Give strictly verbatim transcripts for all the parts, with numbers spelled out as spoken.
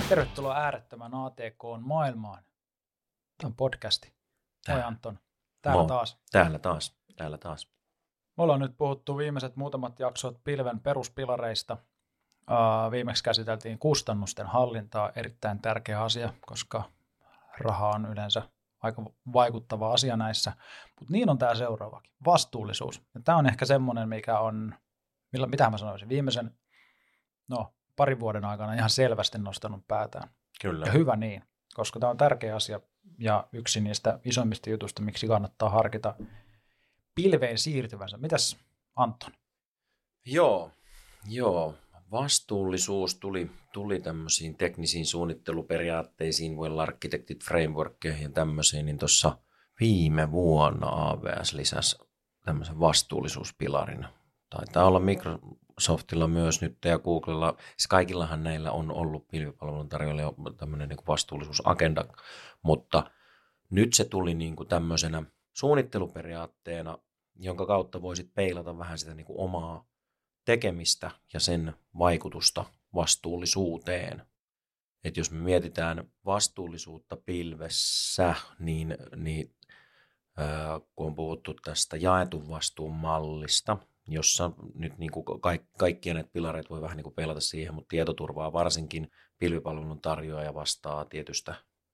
Tervetuloa äärettömän A T K:n maailmaan. Tämä on podcasti. Moi Anton. Täällä Moi. taas. Täällä taas. Täällä taas. Me ollaan nyt puhuttu viimeiset muutamat jaksot pilven peruspilareista. Uh, viimeksi käsiteltiin kustannusten hallintaa, erittäin tärkeä asia, koska raha on yleensä aika vaikuttava asia näissä. Mutta niin on tämä seuraavakin, vastuullisuus. Ja tämä on ehkä semmoinen, mikä on, millä, mitä mä sanoisin, viimeisen no, parin vuoden aikana ihan selvästi nostanut päätään. Kyllä. Ja hyvä niin, koska tämä on tärkeä asia ja yksi niistä isoimmista jutuista, miksi kannattaa harkita pilveen siirtyvänsä. Mitäs Anton? Joo, joo. Vastuullisuus tuli, tuli tämmöisiin teknisiin suunnitteluperiaatteisiin, well architected frameworkkeihin ja tämmöisiin, niin tuossa viime vuonna A W S lisäsi tämmöisen vastuullisuuspilarin. Taitaa olla Microsoftilla myös nyt ja Googlella, siis kaikillahan näillä on ollut pilvipalvelun tarjoajilla tämmöinen niin kuin vastuullisuusagenda, mutta nyt se tuli niin kuin tämmöisenä suunnitteluperiaatteena, jonka kautta voisit peilata vähän sitä niin kuin omaa tekemistä ja sen vaikutusta vastuullisuuteen. Et jos me mietitään vastuullisuutta pilvessä, niin, niin äh, kun on puhuttu tästä jaetun vastuun mallista, jossa nyt niin kuin ka- kaikkia näitä pilareita voi vähän niin kuin peilata siihen, mutta tietoturvaa varsinkin pilvipalvelun tarjoaja vastaa tietystä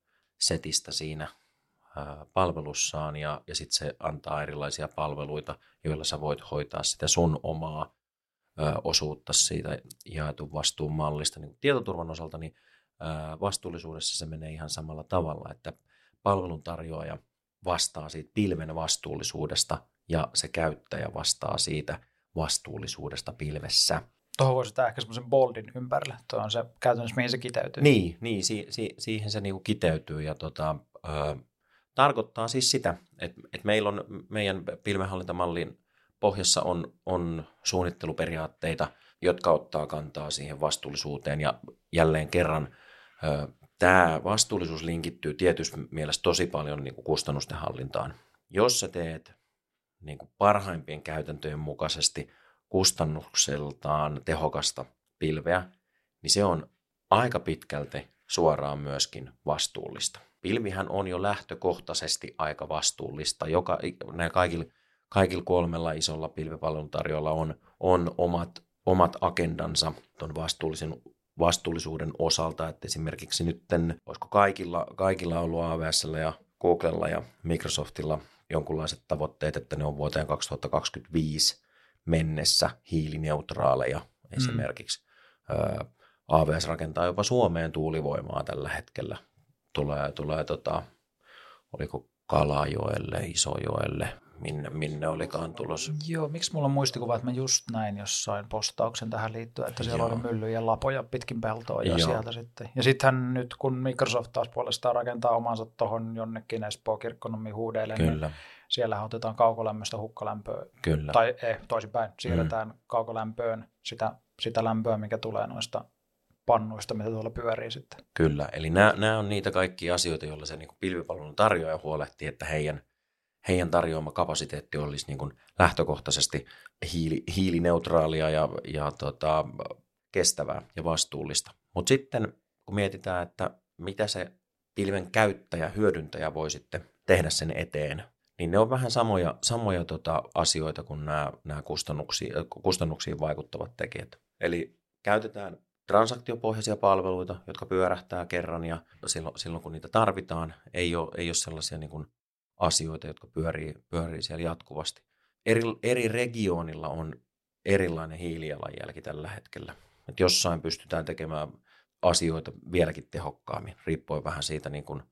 setistä siinä ää, palvelussaan ja, ja sitten se antaa erilaisia palveluita, joilla sä voit hoitaa sitä sun omaa ää, osuutta siitä jaetun vastuun mallista. Niin tietoturvan osalta niin ää, vastuullisuudessa se menee ihan samalla tavalla, että palvelun tarjoaja vastaa siitä pilven vastuullisuudesta ja se käyttäjä vastaa siitä vastuullisuudesta pilvessä. Tuohon voisi ottaa ehkä semmoisen boldin ympärille. Tuo on se käytännössä, mihin se kiteytyy. Niin, niin si, si, siihen se niinku kiteytyy ja tota, ö, tarkoittaa siis sitä, että, että meillä on meidän pilvenhallintamallin pohjassa on, on suunnitteluperiaatteita, jotka ottaa kantaa siihen vastuullisuuteen ja jälleen kerran ö, tämä vastuullisuus linkittyy tietysti mielessä tosi paljon niin kuin kustannusten hallintaan. Jos sä teet niin kuin parhaimpien käytäntöjen mukaisesti kustannukseltaan tehokasta pilveä, niin se on aika pitkälti suoraan myöskin vastuullista. Pilvihän on jo lähtökohtaisesti aika vastuullista. Joka, nämä kaikilla, kaikilla kolmella isolla pilvipalveluntarjoajalla on, on omat, omat agendansa tuon vastuullisen vastuullisuuden osalta, että esimerkiksi nyt, olisiko kaikilla, kaikilla ollut A W S:llä ja Googlella ja Microsoftilla jonkunlaiset tavoitteet, että ne on vuoteen kaksituhattakaksikymmentäviisi mennessä hiilineutraaleja esimerkiksi. Mm. A W S rakentaa jopa Suomeen tuulivoimaa tällä hetkellä. Tulee, tulee tota, oliko Kalajoelle, Isojoelle, minne, minne olikaan tulossa. Joo, miksi mulla on muistikuva, että mä just näin jossain postauksen tähän liittyen, että siellä Joo. oli myllyjä lapoja pitkin peltoa ja Joo. sieltä sitten. Ja sittenhän nyt, kun Microsoft taas puolestaan rakentaa omansa tuohon jonnekin Espoo Kirkkonummin huudeille, Kyllä. niin siellähän otetaan kaukolämmöstä hukkalämpöä. Kyllä. Tai ei, toisinpäin, siirretään mm. kaukolämpöön sitä, sitä lämpöä, mikä tulee noista pannuista, mitä tuolla pyörii sitten. Kyllä, eli nämä, nämä on niitä kaikkia asioita, joilla se niin kuin pilvipalvelun tarjoaja huolehtii, että heidän, heidän tarjoama kapasiteetti olisi niin kuin lähtökohtaisesti hiili, hiilineutraalia ja, ja tota, kestävää ja vastuullista. Mutta sitten kun mietitään, että mitä se pilven käyttäjä, hyödyntäjä voi sitten tehdä sen eteen, niin ne on vähän samoja, samoja tota, asioita kuin nämä, nämä kustannuksiin, kustannuksiin vaikuttavat tekijät. Eli käytetään transaktiopohjaisia palveluita, jotka pyörähtää kerran ja silloin, silloin kun niitä tarvitaan, ei ole, ei ole sellaisia niin kuin asioita, jotka pyörii, pyörii siellä jatkuvasti. Eri, eri regioonilla on erilainen hiilijalanjälki tällä hetkellä. Et jossain pystytään tekemään asioita vieläkin tehokkaammin, riippuen vähän siitä niin kuin,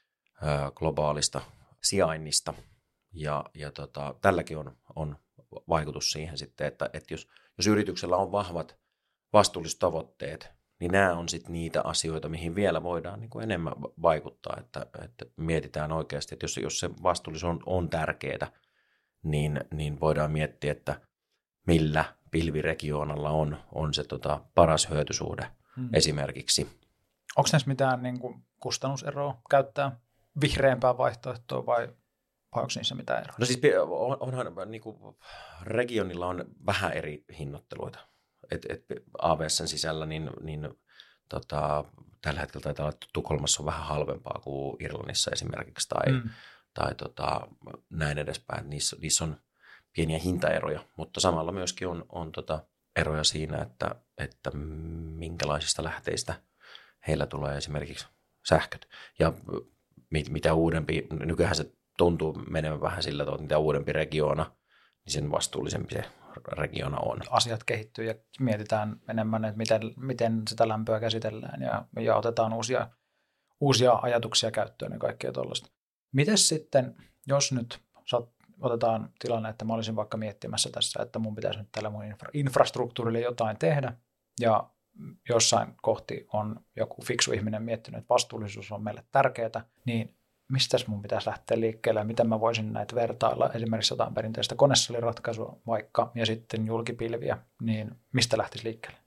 ä, globaalista sijainnista. Ja, ja tota, tälläkin on, on vaikutus siihen sitten, että, että jos, jos yrityksellä on vahvat vastuullisuustavoitteet, niin nämä on sitten niitä asioita, mihin vielä voidaan niin kuin enemmän vaikuttaa, että, että mietitään oikeasti, että jos, jos se vastuullisuus on, on tärkeää, niin, niin voidaan miettiä, että millä pilviregioonalla on, on se tota, paras hyötysuhde hmm. esimerkiksi. Onko näissä mitään niin kuin kustannuseroa käyttää vihreämpää vaihtoehtoa vai, vai onko niissä mitään eroa? No siis on, onhan niin kuin regionilla on vähän eri hinnoitteluita. Et, et A W S:n sisällä niin, niin tota, tällä hetkellä taitaa olla, että Tukholmassa on vähän halvempaa kuin Irlannissa esimerkiksi tai, mm. tai tota, näin edespäin. Niissä, niissä on pieniä hintaeroja, mutta samalla myöskin on, on tota eroja siinä, että, että minkälaisista lähteistä heillä tulee esimerkiksi sähköt. Ja mit, mitä uudempi, nykyään se tuntuu menevän vähän sillä, että mitä uudempi regioona, niin sen vastuullisempi se regiona on. Asiat kehittyy ja mietitään enemmän, että miten, miten sitä lämpöä käsitellään ja, ja otetaan uusia, uusia ajatuksia käyttöön ja kaikkea tuollaista. Mites sitten, jos nyt sat, otetaan tilanne, että mä olisin vaikka miettimässä tässä, että mun pitäisi nyt tällä mun infra, infrastruktuurille jotain tehdä ja jossain kohti on joku fiksu ihminen miettinyt, että vastuullisuus on meille tärkeää, niin mistäs mun pitäisi lähteä liikkeelle ja miten mä voisin näitä vertailla, esimerkiksi jotain perinteistä konesaliratkaisua vaikka ja sitten julkipilviä, niin mistä lähtisi liikkeelle?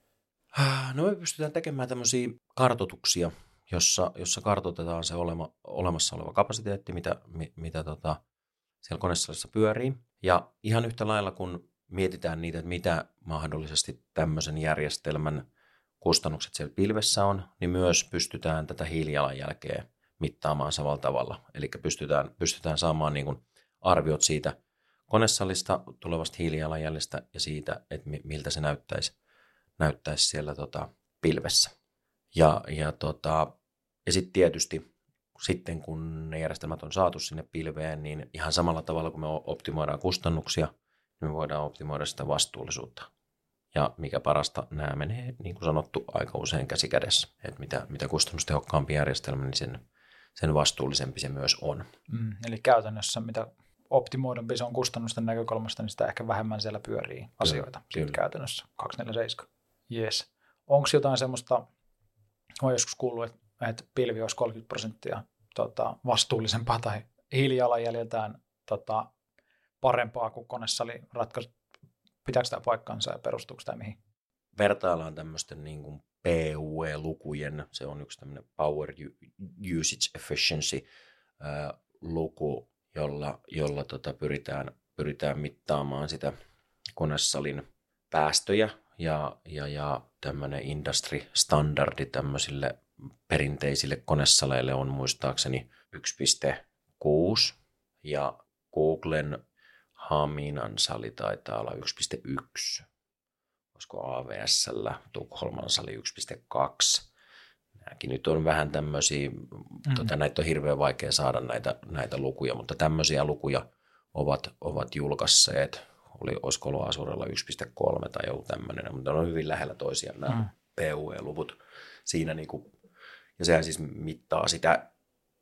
No me pystytään tekemään tämmöisiä kartoituksia, jossa, jossa kartoitetaan se olema, olemassa oleva kapasiteetti, mitä, mi, mitä tota, siellä konesalissa pyörii. Ja ihan yhtä lailla, kun mietitään niitä, että mitä mahdollisesti tämmöisen järjestelmän kustannukset siellä pilvessä on, niin myös pystytään tätä hiilijalanjälkeä mittaamaan samalla tavalla. Eli pystytään, pystytään saamaan niin kuin arviot siitä konesalista tulevasta hiilijalanjäljestä ja siitä, että miltä se näyttäisi, näyttäisi siellä tota, pilvessä. Ja, ja, tota, ja sitten tietysti sitten kun ne järjestelmät on saatu sinne pilveen, niin ihan samalla tavalla kun me optimoidaan kustannuksia, niin me voidaan optimoida sitä vastuullisuutta. Ja mikä parasta, nämä menee, niin kuin sanottu, aika usein käsi kädessä. Että mitä, mitä kustannustehokkaampi järjestelmä, niin sen, sen vastuullisempi se myös on. Mm, eli käytännössä mitä optimoidumpi se on kustannusten näkökulmasta, niin sitä ehkä vähemmän siellä pyörii asioita. Kyllä, kyllä. Käytännössä kaksikymmentäneljä seitsemän. Yes. Onko jotain semmoista, olen joskus kuullut, että, että pilvi olisi kolmekymmentä prosenttia tota, vastuullisempaa tai hiilijalanjäljeltään tota, parempaa kuin konesaliratkaisut. Pitääkö tämä paikkansa ja perustuuko tämä mihin? Vertaillaan tämmöisten niin kuin P U E-lukujen, se on yksi tämmöinen Power Usage Efficiency ää, luku, jolla, jolla tota pyritään, pyritään mittaamaan sitä konesalin päästöjä ja, ja, ja tämmöinen industry-standardi tämmöisille perinteisille konesaleille on muistaakseni yksi pilkku kuusi ja Googlen Haminan sali taitaa olla yksi pilkku yksi. Olisiko A V S:llä Tukholman sali yksi pilkku kaksi. Nämäkin nyt on vähän tämmöisiä, mm. tota, näitä on hirveän vaikea saada näitä, näitä lukuja, mutta tämmöisiä lukuja ovat, ovat julkaisseet. Oli, olisiko ollut Asurella yksi pilkku kolme tai joku tämmöinen, mutta ne on hyvin lähellä toisiaan nämä mm. P U E-luvut. Siinä niinku, ja sehän siis mittaa sitä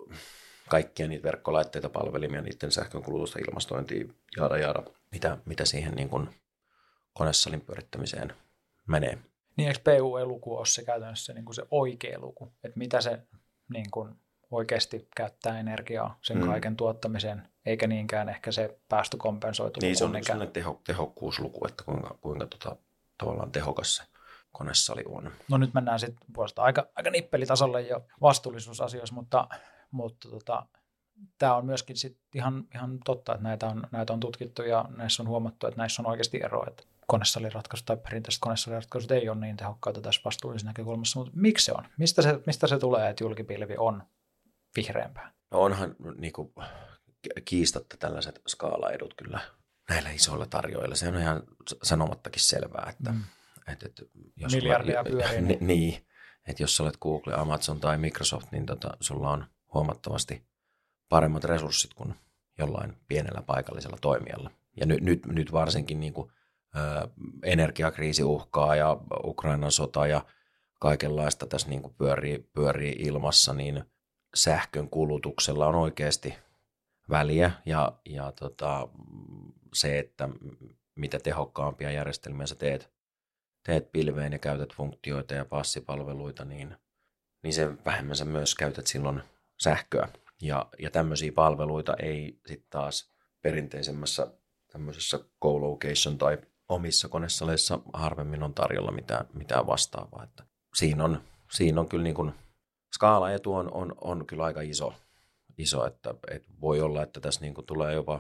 kaikkia niitä verkkolaitteita, palvelimia, niiden sähkönkulutusta, ilmastointia, jaada jaada, mitä, mitä siihen niin kuin konesalin pyörittämiseen menee. Niin eikö P U E-luku ole se käytännössä niin kuin se oikea luku, että mitä se niin kuin oikeasti käyttää energiaa sen mm. kaiken tuottamiseen, eikä niinkään ehkä se päästökompensoitu niin, luku. Se on sellainen teho, tehokkuusluku, että kuinka, kuinka tota, tavallaan tehokas se konesali on. No nyt mennään sitten puolestaan aika, aika nippelitasolle jo vastuullisuusasioissa, mutta Mutta tota, tämä on myöskin sit ihan, ihan totta, että näitä on, näitä on tutkittu ja näissä on huomattu, että näissä on oikeasti ero, että konesaliratkaisut tai perinteiset konesaliratkaisut ei ole niin tehokkaita tässä vastuullisessa näkökulmassa, mutta miksi se on? Mistä se, mistä se tulee, että julkipilvi on vihreämpää? No onhan niin kuin, kiistatta tällaiset skaalaedut kyllä näillä isoilla tarjoilla. Se on ihan sanomattakin selvää, että mm. et, et, jos miljardia pyörii. Niin, niin, että jos olet Google, Amazon tai Microsoft, niin tota, sulla on huomattavasti paremmat resurssit kuin jollain pienellä paikallisella toimijalla. Ja nyt, nyt, nyt varsinkin niin kuin, ä, energiakriisi uhkaa ja Ukrainan sota ja kaikenlaista tässä niin kuin pyörii, pyörii ilmassa, niin sähkön kulutuksella on oikeasti väliä. Ja, ja tota, se, että mitä tehokkaampia järjestelmiä sä teet, teet pilveen ja käytät funktioita ja passipalveluita, niin, niin sen vähemmän sä myös käytät silloin sähköä. Ja, ja tämmöisiä palveluita ei sitten taas perinteisemmässä tämmöisessä co-location tai omissa konesaleissa harvemmin on tarjolla mitään, mitään vastaavaa. Että siinä, on, siinä on kyllä niin kuin skaalaetu on, on, on kyllä aika iso, iso että, että voi olla, että tässä niin kuin tulee jopa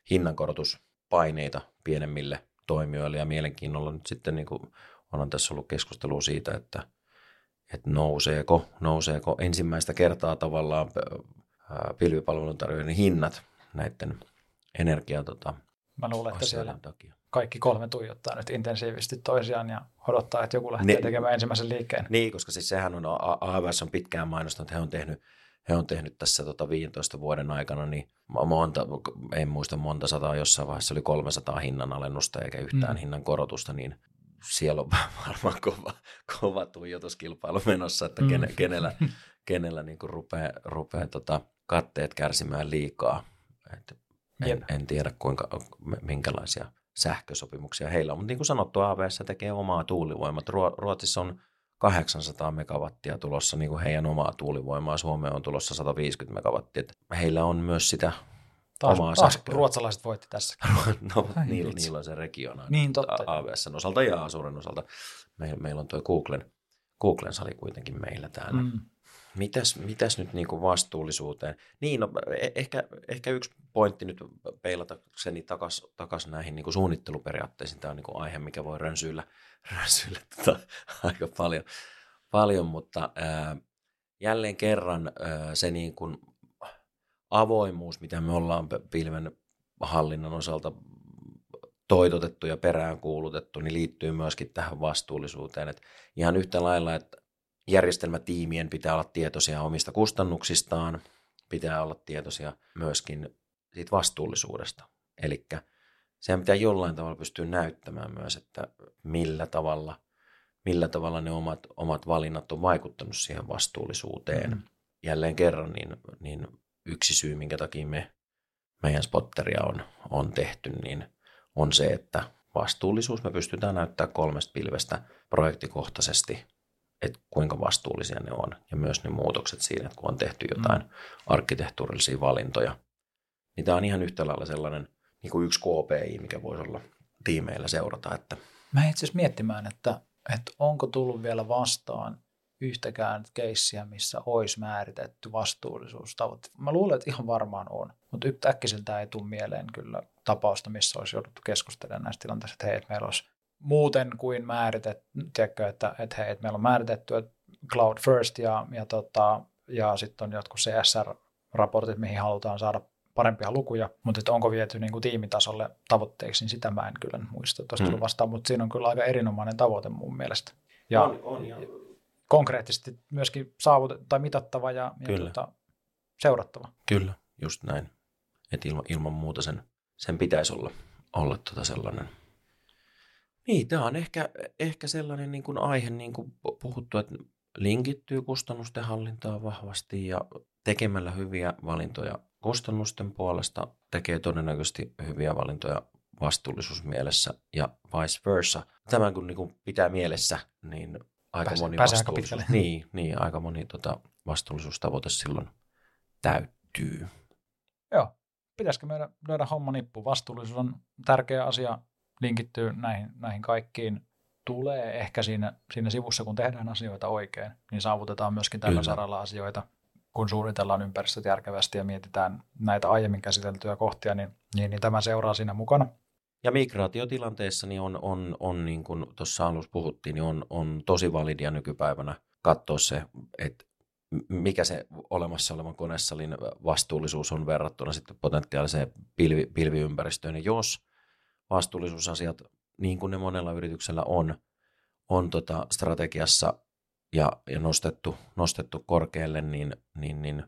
hinnankorotuspaineita pienemmille toimijoille ja mielenkiinnolla nyt sitten niin kuin onhan tässä ollut keskustelua siitä, että, että nouseeko, nouseeko ensimmäistä kertaa tavallaan pilvipalveluntarjoajien hinnat näiden energia tota, Mä luulen, että siellä takia. Kaikki kolme tuijottaa nyt intensiivisesti toisiaan ja odottaa, että joku lähtee ne, tekemään ensimmäisen liikkeen. Niin, koska siis sehän on, A W S on pitkään mainostanut, että he on tehnyt, he on tehnyt tässä tota viidentoista vuoden aikana, niin monta, en muista monta sataa, jossain vaiheessa oli kolmesataa hinnan alennusta eikä yhtään mm. hinnan korotusta, niin siellä on varmaan kova, kova tuijotuskilpailu menossa, että mm. kene, kenellä, kenellä niin kuin rupeaa, rupeaa tota katteet kärsimään liikaa. Että en, en tiedä, kuinka, minkälaisia sähkösopimuksia heillä on. Mutta niin kuin sanottu, A W S tekee omaa tuulivoimat. Ruotsissa on kahdeksansataa megawattia tulossa niin kuin heidän omaa tuulivoimaa. Suomeen on tulossa sata viisikymmentä megawattia. Heillä on myös sitä taas, omaa taas sähköä. Ruotsalaiset voitti tässä. No, niillä, niillä on se regiona niin, totta. A W S:n osalta ja Azuren osalta. Meillä, meillä on tuo Googlen, Googlen sali kuitenkin meillä täällä. Mm. Mitäs, mitäs nyt niin kuin vastuullisuuteen? Niin, no, ehkä, ehkä yksi pointti nyt peilatakseni takaisin takas näihin niin kuin suunnitteluperiaatteisiin. Tämä on niin kuin aihe, mikä voi rönsyillä, rönsyillä tota, aika paljon, paljon mutta ää, jälleen kerran ää, se niin kuin avoimuus, mitä me ollaan pilven hallinnan osalta toitotettu ja peräänkuulutettu, niin liittyy myöskin tähän vastuullisuuteen. Et ihan yhtä lailla, että järjestelmätiimien pitää olla tietoisia omista kustannuksistaan, pitää olla tietoisia myöskin siitä vastuullisuudesta. Eli sehän pitää jollain tavalla pystyä näyttämään myös, että millä tavalla, millä tavalla ne omat, omat valinnat on vaikuttanut siihen vastuullisuuteen. Mm. Jälleen kerran, niin, niin yksi syy, minkä takia me, meidän spotteria on, on tehty, niin on se, että vastuullisuus me pystytään näyttämään kolmesta pilvestä projektikohtaisesti, että kuinka vastuullisia ne on, ja myös ne muutokset siinä, että kun on tehty jotain mm. arkkitehtuurillisia valintoja, niin tämä on ihan yhtä lailla sellainen niin kuin yksi K P I, mikä voisi olla tiimeillä seurata. Että mä itse asiassa miettimään, että, että onko tullut vielä vastaan yhtäkään keissiä, missä olisi määritetty vastuullisuustavoite. Mä luulen, että ihan varmaan on, mutta yhtäkkiseltä ei tule mieleen kyllä tapausta, missä olisi jouduttu keskustelemaan näistä tilanteista, että hei, että meillä olisi muuten kuin määritetty, tiedätkö, että, että hei, että meillä on määritetty että cloud first ja, ja, tota, ja sitten on jotkut C S R-raportit, mihin halutaan saada parempia lukuja, mutta että onko viety niin kuin tiimitasolle tavoitteeksi, niin sitä mä en kyllä muista, että olisi tullut vastaan, mutta siinä on kyllä aika erinomainen tavoite mun mielestä. Ja on, on, ja konkreettisesti myöskin saavutettava tai mitattava ja, ja tota, seurattava. Kyllä, just näin. Että ilman, ilman muuta sen, sen pitäisi olla, olla tota sellainen. Niin, tämä on ehkä, ehkä sellainen niin kuin aihe, niin kuin puhuttu, että linkittyy kustannusten hallintaan vahvasti ja tekemällä hyviä valintoja kustannusten puolesta tekee todennäköisesti hyviä valintoja vastuullisuusmielessä ja vice versa. Tämän kun niin kuin pitää mielessä, niin aika Pääse, moni pääse vastuullisuus, aika niin, niin, aika moni tota, vastuullisuustavoite silloin täyttyy. Joo, pitäisikö meidän löydä homma nippu? Vastuullisuus on tärkeä asia, linkittyy näihin, näihin kaikkiin. Tulee ehkä siinä, siinä sivussa, kun tehdään asioita oikein, niin saavutetaan myöskin tällä Kyllä. saralla asioita, kun suunnitellaan ympäristöt järkevästi ja mietitään näitä aiemmin käsiteltyjä kohtia, niin, niin, niin tämä seuraa siinä mukana. Ja migraatiotilanteessa niin on, on, on niin kuin tuossa alussa puhuttiin, niin on, on tosi validia nykypäivänä katsoa se, että mikä se olemassa olevan konesalin vastuullisuus on verrattuna sitten potentiaaliseen pilvi, pilviympäristöön. Ja jos vastuullisuusasiat, niin kuin ne monella yrityksellä on, on tota strategiassa ja, ja nostettu, nostettu korkealle, niin, niin, niin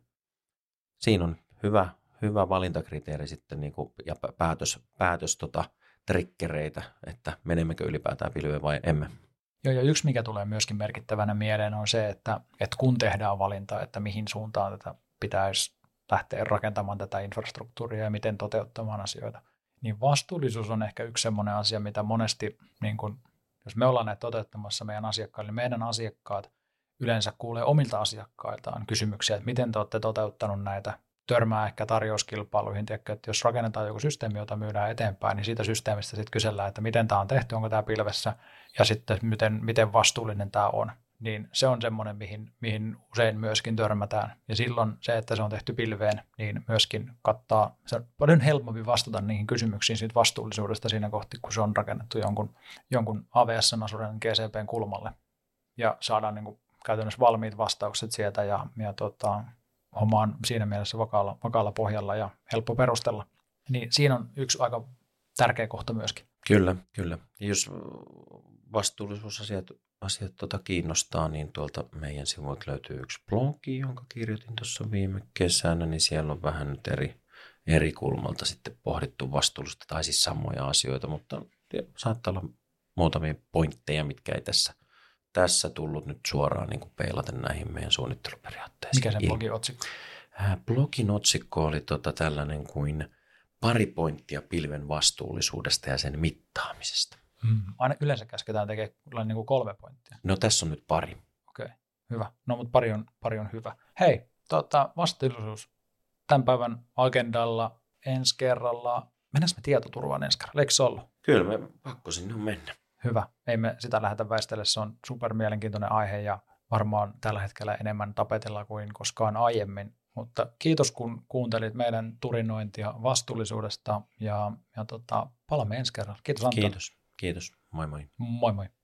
siinä on hyvä, hyvä valintakriteeri sitten niin kuin, ja päätös, päätös tota, trikkereitä, että menemmekö ylipäätään pilveen vai emme. Joo, ja yksi mikä tulee myöskin merkittävänä mieleen on se, että, että kun tehdään valinta, että mihin suuntaan tätä pitäisi lähteä rakentamaan tätä infrastruktuuria ja miten toteuttamaan asioita, niin vastuullisuus on ehkä yksi semmoinen asia, mitä monesti, niin kun, jos me ollaan näitä toteuttamassa meidän asiakkaille, niin meidän asiakkaat yleensä kuulee omilta asiakkailtaan kysymyksiä, että miten te olette toteuttanut näitä, törmää ehkä tarjouskilpailuihin, tiedätkö, että jos rakennetaan joku systeemi, jota myydään eteenpäin, niin siitä systeemistä sitten kysellään, että miten tämä on tehty, onko tämä pilvessä, ja sitten miten, miten vastuullinen tämä on. Niin se on semmoinen, mihin, mihin usein myöskin törmätään. Ja silloin se, että se on tehty pilveen, niin myöskin kattaa, se on paljon helpompi vastata niihin kysymyksiin siitä vastuullisuudesta siinä kohti, kun se on rakennettu jonkun, jonkun A W S, Azuren, G C P:n kulmalle. Ja saadaan niin kuin käytännössä valmiit vastaukset sieltä ja, ja tota, homma on siinä mielessä vakaalla, vakaalla pohjalla ja helppo perustella. Niin siinä on yksi aika tärkeä kohta myöskin. Kyllä, kyllä. Ja jos vastuullisuusasiat asiat tuota kiinnostaa, niin tuolta meidän sivuilta löytyy yksi blogi, jonka kirjoitin tuossa viime kesänä, niin siellä on vähän nyt eri, eri kulmalta sitten pohdittu vastuullisuutta tai siis samoja asioita, mutta saattaa olla muutamia pointteja, mitkä ei tässä, tässä tullut nyt suoraan niin kuin peilata näihin meidän suunnitteluperiaatteisiin. Mikä se blogin otsikko? Blogin otsikko oli tota tällainen kuin pari pointtia pilven vastuullisuudesta ja sen mittaamisesta. Hmm. Aina yleensä käsketään tekemään niin kuin kolme pointtia. No tässä on nyt pari. Okei, okay, hyvä. No mutta pari on, pari on hyvä. Hei, tota, vastuullisuus tämän päivän agendalla ensi kerralla. Mennäänkö me tietoturvaan ensi kerralla? Eikö se ollut? Kyllä, me pakko sinne on mennä. Hyvä. Ei me sitä lähdetä väistelle. Se on super mielenkiintoinen aihe ja varmaan tällä hetkellä enemmän tapetilla kuin koskaan aiemmin. Mutta kiitos, kun kuuntelit meidän turinointia vastuullisuudesta ja, ja tota, palaamme ensi kerralla. Kiitos Anton. Kiitos. Kiitos. Moi moi. Moi moi.